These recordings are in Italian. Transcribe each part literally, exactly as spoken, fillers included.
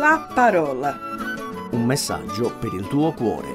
La parola. Un messaggio per il tuo cuore.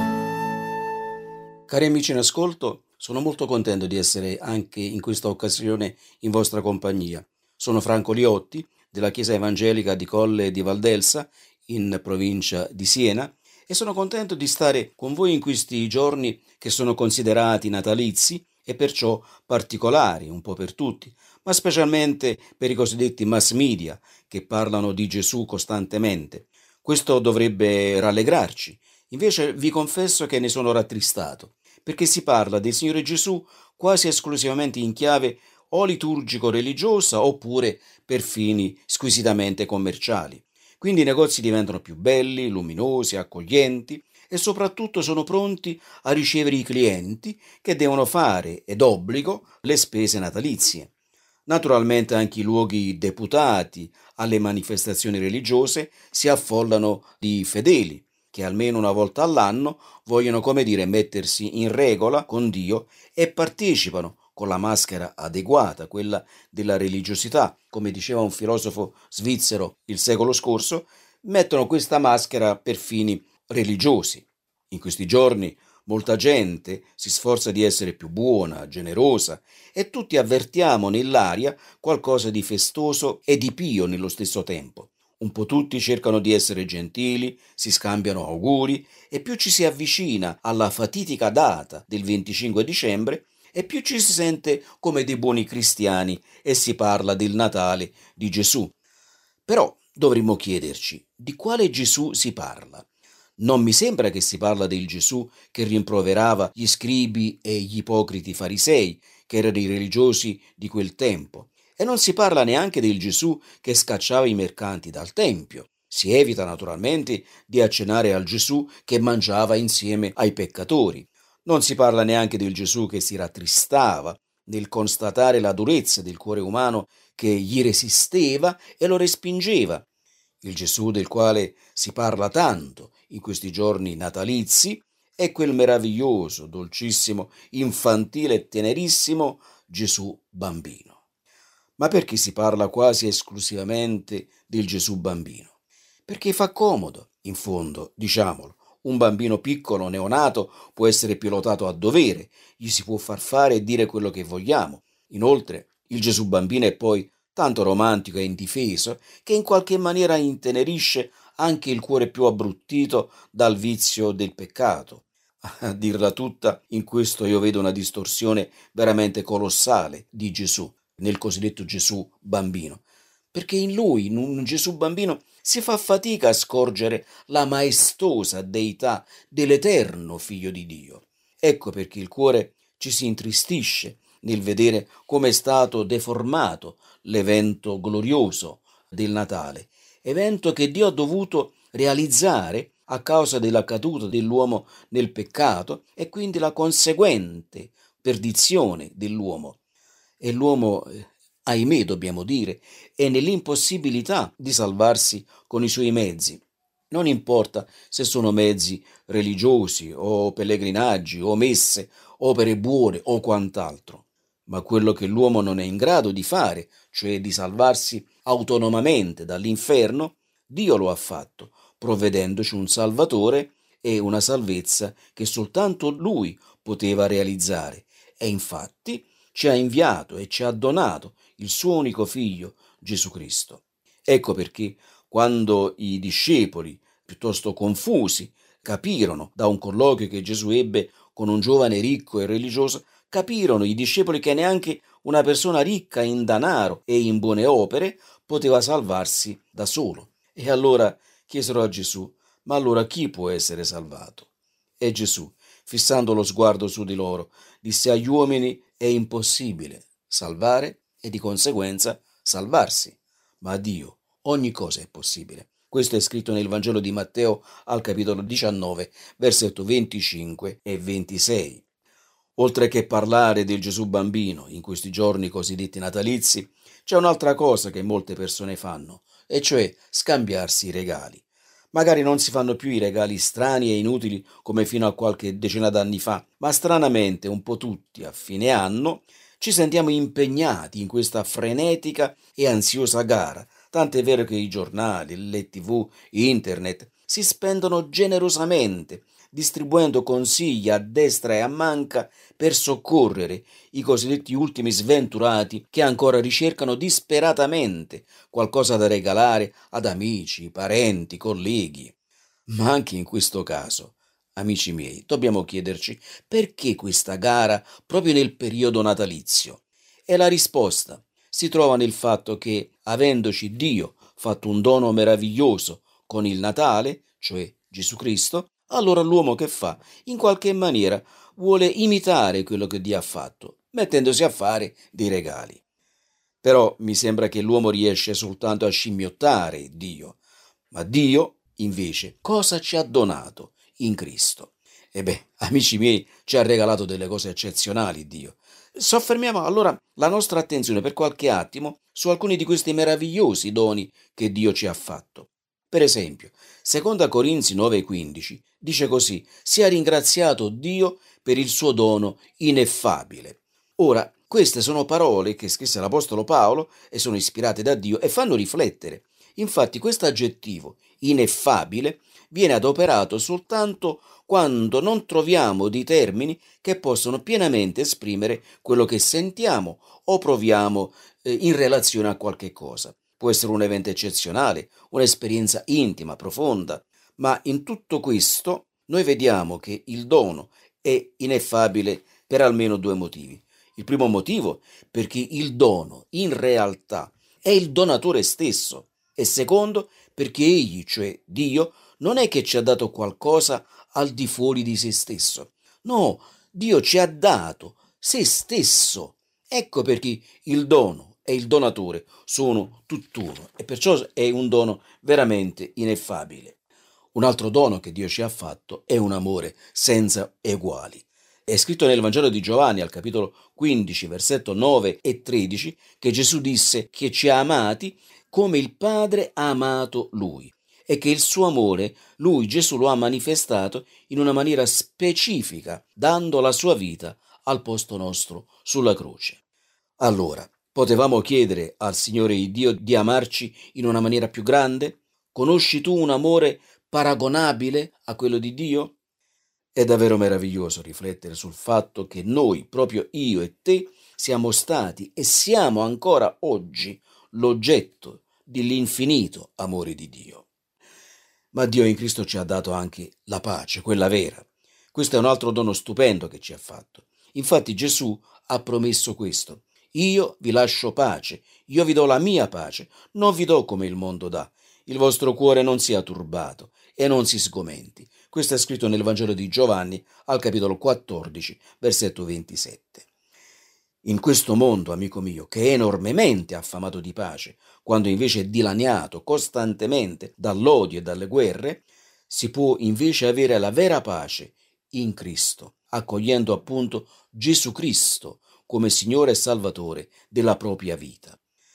Cari amici in ascolto, sono molto contento di essere anche in questa occasione in vostra compagnia. Sono Franco Liotti della Chiesa Evangelica di Colle di Valdelsa, in provincia di Siena, e sono contento di stare con voi in questi giorni che sono considerati natalizi e perciò particolari un po' per tutti, ma specialmente per i cosiddetti mass media che parlano di Gesù costantemente. Questo dovrebbe rallegrarci, invece vi confesso che ne sono rattristato, perché si parla del Signore Gesù quasi esclusivamente in chiave o liturgico-religiosa oppure per fini squisitamente commerciali. Quindi i negozi diventano più belli, luminosi, accoglienti e soprattutto sono pronti a ricevere i clienti che devono fare, ed obbligo, le spese natalizie. Naturalmente anche i luoghi deputati alle manifestazioni religiose si affollano di fedeli che almeno una volta all'anno vogliono, come dire, mettersi in regola con Dio e partecipano con la maschera adeguata, quella della religiosità. Come diceva un filosofo svizzero il secolo scorso, mettono questa maschera per fini religiosi. In questi giorni molta gente si sforza di essere più buona, generosa, e tutti avvertiamo nell'aria qualcosa di festoso e di pio nello stesso tempo. Un po' tutti cercano di essere gentili, si scambiano auguri e più ci si avvicina alla fatidica data del venticinque dicembre e più ci si sente come dei buoni cristiani e si parla del Natale di Gesù. Però dovremmo chiederci di quale Gesù si parla. Non mi sembra che si parla del Gesù che rimproverava gli scribi e gli ipocriti farisei, che erano i religiosi di quel tempo. E non si parla neanche del Gesù che scacciava i mercanti dal Tempio. Si evita naturalmente di accennare al Gesù che mangiava insieme ai peccatori. Non si parla neanche del Gesù che si rattristava nel constatare la durezza del cuore umano che gli resisteva e lo respingeva. Il Gesù del quale si parla tanto in questi giorni natalizi è quel meraviglioso, dolcissimo, infantile e tenerissimo Gesù bambino. Ma perché si parla quasi esclusivamente del Gesù bambino? Perché fa comodo, in fondo, diciamolo. Un bambino piccolo, neonato, può essere pilotato a dovere, gli si può far fare e dire quello che vogliamo. Inoltre, il Gesù bambino è poi tanto romantico e indifeso che in qualche maniera intenerisce anche il cuore più abbruttito dal vizio del peccato. A dirla tutta, in questo io vedo una distorsione veramente colossale di Gesù, nel cosiddetto Gesù bambino, perché in lui, in un Gesù bambino, si fa fatica a scorgere la maestosa deità dell'eterno Figlio di Dio. Ecco perché il cuore ci si intristisce nel vedere come è stato deformato l'evento glorioso del Natale, evento che Dio ha dovuto realizzare a causa della caduta dell'uomo nel peccato e quindi la conseguente perdizione dell'uomo. E l'uomo, eh, ahimè dobbiamo dire, è nell'impossibilità di salvarsi con i suoi mezzi. Non importa se sono mezzi religiosi o pellegrinaggi o messe, opere buone o quant'altro. Ma quello che l'uomo non è in grado di fare, cioè di salvarsi autonomamente dall'inferno, Dio lo ha fatto, provvedendoci un Salvatore e una salvezza che soltanto Lui poteva realizzare. E infatti ci ha inviato e ci ha donato il suo unico Figlio, Gesù Cristo. Ecco perché quando i discepoli, piuttosto confusi, capirono da un colloquio che Gesù ebbe con un giovane ricco e religioso, capirono i discepoli che neanche una persona ricca in denaro e in buone opere poteva salvarsi da solo. E allora chiesero a Gesù: ma allora chi può essere salvato? E Gesù, fissando lo sguardo su di loro, disse: agli uomini è impossibile salvare e di conseguenza salvarsi, ma a Dio ogni cosa è possibile. Questo è scritto nel Vangelo di Matteo al capitolo diciannove, versetto venticinque e ventisei. Oltre che parlare del Gesù bambino in questi giorni cosiddetti natalizi, c'è un'altra cosa che molte persone fanno, e cioè scambiarsi i regali. Magari non si fanno più i regali strani e inutili come fino a qualche decina d'anni fa, ma stranamente un po' tutti a fine anno ci sentiamo impegnati in questa frenetica e ansiosa gara Tant'è vero che i giornali, le tivù, internet si spendono generosamente, distribuendo consigli a destra e a manca per soccorrere i cosiddetti ultimi sventurati che ancora ricercano disperatamente qualcosa da regalare ad amici, parenti, colleghi. Ma anche in questo caso, amici miei, dobbiamo chiederci perché questa gara proprio nel periodo natalizio? E la risposta si trova nel fatto che, avendoci Dio fatto un dono meraviglioso con il Natale, cioè Gesù Cristo, allora l'uomo che fa? In qualche maniera vuole imitare quello che Dio ha fatto, mettendosi a fare dei regali. Però mi sembra che l'uomo riesce soltanto a scimmiottare Dio, ma Dio, invece, cosa ci ha donato in Cristo? E beh, amici miei, ci ha regalato delle cose eccezionali Dio. Soffermiamo allora la nostra attenzione per qualche attimo su alcuni di questi meravigliosi doni che Dio ci ha fatto. Per esempio, seconda Corinzi nove quindici dice così: sia ringraziato Dio per il suo dono ineffabile. Ora, queste sono parole che scrisse l'Apostolo Paolo e sono ispirate da Dio e fanno riflettere. Infatti, questo aggettivo ineffabile viene adoperato soltanto quando non troviamo dei termini che possono pienamente esprimere quello che sentiamo o proviamo eh, in relazione a qualche cosa. Può essere un evento eccezionale, un'esperienza intima, profonda, ma in tutto questo noi vediamo che il dono è ineffabile per almeno due motivi. Il primo motivo perché il dono in realtà è il donatore stesso, e secondo perché egli, cioè Dio, non è che ci ha dato qualcosa al di fuori di se stesso. No, Dio ci ha dato se stesso. Ecco perché il dono e il donatore sono tutt'uno e perciò è un dono veramente ineffabile. Un altro dono che Dio ci ha fatto è un amore senza eguali. È scritto nel Vangelo di Giovanni al capitolo quindici, versetto nove e tredici, che Gesù disse che ci ha amati come il Padre ha amato Lui e che il suo amore, Lui, Gesù, lo ha manifestato in una maniera specifica, dando la sua vita al posto nostro sulla croce. Allora, potevamo chiedere al Signore Dio di amarci in una maniera più grande? Conosci tu un amore paragonabile a quello di Dio? È davvero meraviglioso riflettere sul fatto che noi, proprio io e te, siamo stati e siamo ancora oggi l'oggetto dell'infinito amore di Dio. Ma Dio in Cristo ci ha dato anche la pace, quella vera. Questo è un altro dono stupendo che ci ha fatto. Infatti Gesù ha promesso questo: io vi lascio pace, io vi do la mia pace, non vi do come il mondo dà. Il vostro cuore non sia turbato e non si sgomenti. Questo è scritto nel Vangelo di Giovanni al capitolo quattordici, versetto ventisette. In questo mondo, amico mio, che è enormemente affamato di pace, quando invece è dilaniato costantemente dall'odio e dalle guerre, si può invece avere la vera pace in Cristo, accogliendo appunto Gesù Cristo come Signore e Salvatore della propria vita.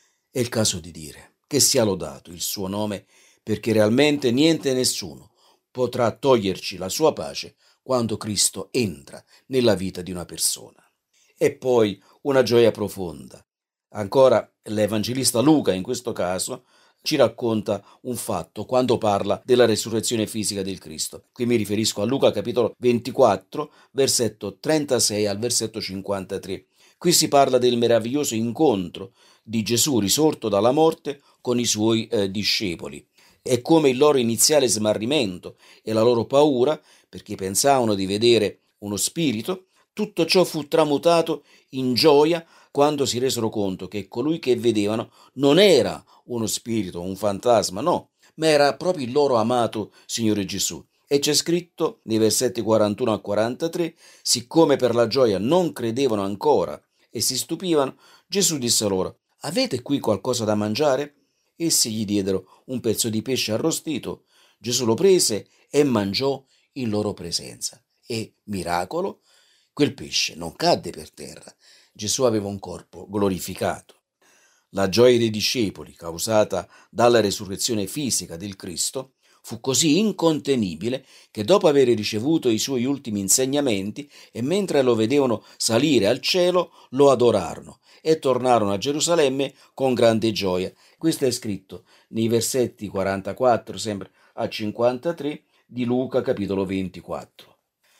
È il caso di dire che sia lodato il suo nome, perché realmente niente e nessuno potrà toglierci la sua pace quando Cristo entra nella vita di una persona. E poi una gioia profonda. Ancora l'Evangelista Luca, in questo caso, ci racconta un fatto quando parla della resurrezione fisica del Cristo. Qui mi riferisco a Luca capitolo ventiquattro, versetto trentasei al versetto cinquantatré. Qui si parla del meraviglioso incontro di Gesù risorto dalla morte con i suoi eh, discepoli e come il loro iniziale smarrimento e la loro paura, perché pensavano di vedere uno spirito, tutto ciò fu tramutato in gioia quando si resero conto che colui che vedevano non era uno spirito, un fantasma, no, ma era proprio il loro amato Signore Gesù. E c'è scritto nei versetti quarantuno a quarantatré: siccome per la gioia non credevano ancora e si stupivano, Gesù disse loro: avete qui qualcosa da mangiare? Essi gli diedero un pezzo di pesce arrostito. Gesù lo prese e mangiò in loro presenza. E, miracolo, quel pesce non cadde per terra. Gesù aveva un corpo glorificato. La gioia dei discepoli, causata dalla resurrezione fisica del Cristo, fu così incontenibile che dopo aver ricevuto i suoi ultimi insegnamenti e mentre lo vedevano salire al cielo, lo adorarono e tornarono a Gerusalemme con grande gioia. Questo è scritto nei versetti quarantaquattro, sempre a cinquantatré, di Luca capitolo ventiquattro.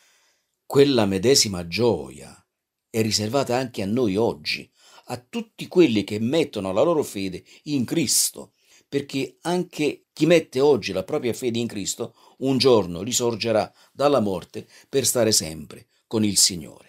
Quella medesima gioia è riservata anche a noi oggi, a tutti quelli che mettono la loro fede in Cristo, perché anche chi mette oggi la propria fede in Cristo un giorno risorgerà dalla morte per stare sempre con il Signore.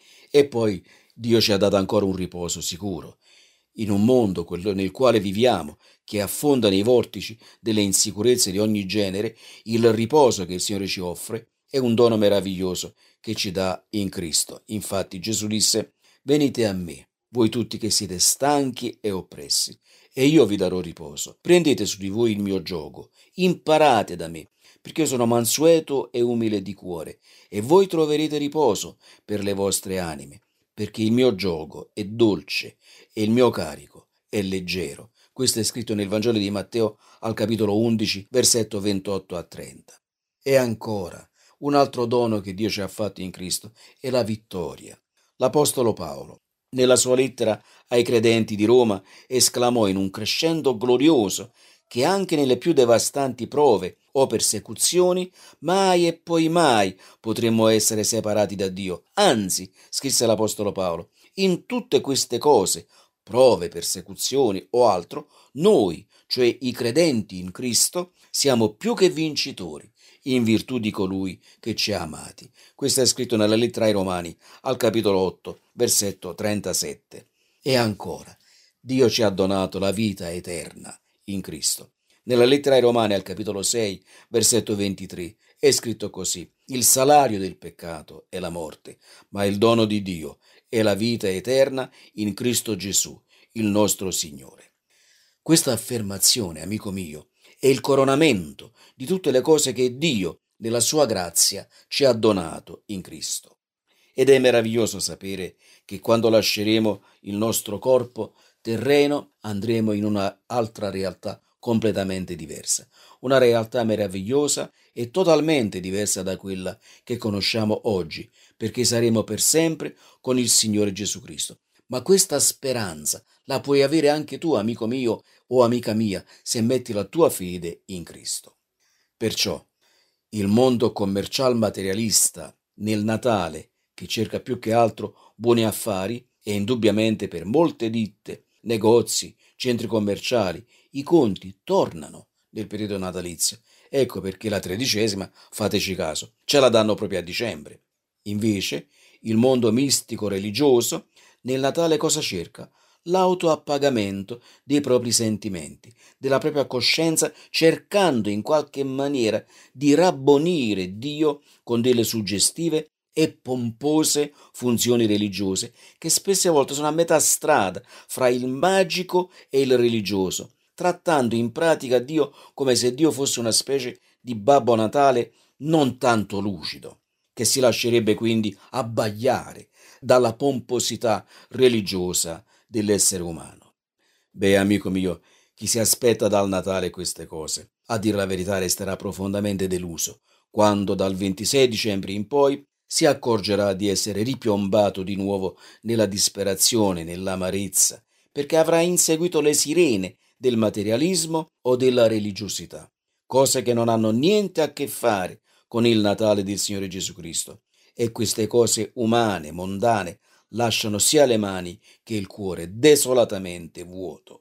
E poi Dio ci ha dato ancora un riposo sicuro. In un mondo, quello nel quale viviamo, che affonda nei vortici delle insicurezze di ogni genere, il riposo che il Signore ci offre è un dono meraviglioso che ci dà in Cristo. Infatti Gesù disse: venite a me, voi tutti che siete stanchi e oppressi, e io vi darò riposo. Prendete su di voi il mio giogo, imparate da me, perché io sono mansueto e umile di cuore, e voi troverete riposo per le vostre anime, perché il mio giogo è dolce e il mio carico è leggero. Questo è scritto nel Vangelo di Matteo al capitolo undici, versetto ventotto a trenta. E ancora, un altro dono che Dio ci ha fatto in Cristo è la vittoria. L'Apostolo Paolo, nella sua lettera ai credenti di Roma, esclamò in un crescendo glorioso che anche nelle più devastanti prove o persecuzioni mai e poi mai potremmo essere separati da Dio. Anzi, scrisse l'Apostolo Paolo, in tutte queste cose, prove, persecuzioni o altro, noi, cioè i credenti in Cristo, siamo più che vincitori in virtù di colui che ci ha amati. Questo è scritto nella lettera ai Romani, al capitolo otto, versetto trentasette. E ancora, Dio ci ha donato la vita eterna in Cristo. Nella lettera ai Romani, al capitolo sei, versetto ventitré, è scritto così: il salario del peccato è la morte, ma il dono di Dio è la vita eterna in Cristo Gesù, il nostro Signore. Questa affermazione, amico mio, è il coronamento di tutte le cose che Dio, nella sua grazia, ci ha donato in Cristo. Ed è meraviglioso sapere che quando lasceremo il nostro corpo terreno andremo in un'altra realtà completamente diversa, una realtà meravigliosa e totalmente diversa da quella che conosciamo oggi, perché saremo per sempre con il Signore Gesù Cristo. Ma questa speranza la puoi avere anche tu, amico mio o amica mia, se metti la tua fede in Cristo. Perciò il mondo commercial materialista nel Natale, che cerca più che altro buoni affari, e indubbiamente per molte ditte, negozi, centri commerciali, i conti tornano nel periodo natalizio. Ecco perché la tredicesima, fateci caso, ce la danno proprio a dicembre. Invece, il mondo mistico religioso nel Natale cosa cerca? L'autoappagamento dei propri sentimenti, della propria coscienza, cercando in qualche maniera di rabbonire Dio con delle suggestive e pompose funzioni religiose che spesse volte sono a metà strada fra il magico e il religioso, trattando in pratica Dio come se Dio fosse una specie di Babbo Natale non tanto lucido, che si lascerebbe quindi abbagliare dalla pomposità religiosa dell'essere umano. Beh, amico mio, chi si aspetta dal Natale queste cose, a dire la verità, resterà profondamente deluso quando dal ventisei dicembre in poi si accorgerà di essere ripiombato di nuovo nella disperazione, nell'amarezza, perché avrà inseguito le sirene del materialismo o della religiosità, cose che non hanno niente a che fare con il Natale del Signore Gesù Cristo. E queste cose umane, mondane, lasciano sia le mani che il cuore desolatamente vuoto.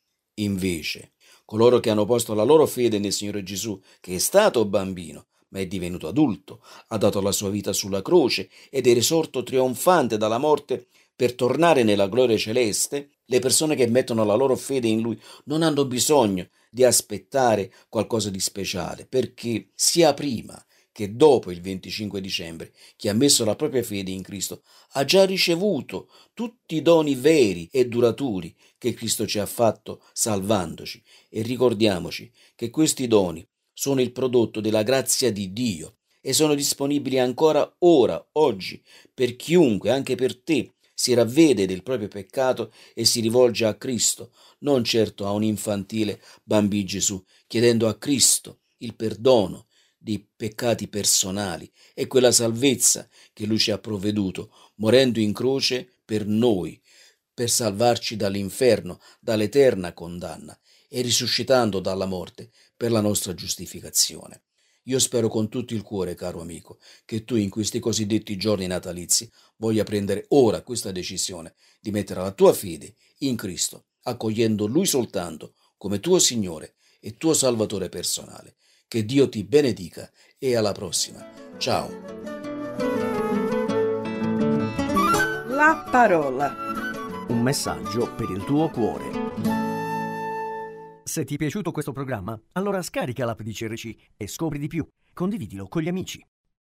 Invece, coloro che hanno posto la loro fede nel Signore Gesù, che è stato bambino, ma è divenuto adulto, ha dato la sua vita sulla croce ed è risorto trionfante dalla morte per tornare nella gloria celeste, le persone che mettono la loro fede in Lui non hanno bisogno di aspettare qualcosa di speciale, perché sia prima che dopo il venticinque dicembre chi ha messo la propria fede in Cristo ha già ricevuto tutti i doni veri e duraturi che Cristo ci ha fatto salvandoci. E ricordiamoci che questi doni sono il prodotto della grazia di Dio e sono disponibili ancora ora, oggi, per chiunque, anche per te, si ravvede del proprio peccato e si rivolge a Cristo, non certo a un infantile Bambì Gesù, chiedendo a Cristo il perdono dei peccati personali e quella salvezza che Lui ci ha provveduto, morendo in croce per noi, per salvarci dall'inferno, dall'eterna condanna, e risuscitando dalla morte per la nostra giustificazione. Io spero con tutto il cuore, caro amico, che tu in questi cosiddetti giorni natalizi voglia prendere ora questa decisione di mettere la tua fede in Cristo, accogliendo Lui soltanto come tuo Signore e tuo Salvatore personale. Che Dio ti benedica e alla prossima. Ciao. La parola. Un messaggio per il tuo cuore. Se ti è piaciuto questo programma, allora scarica l'app di C R C e scopri di più. Condividilo con gli amici.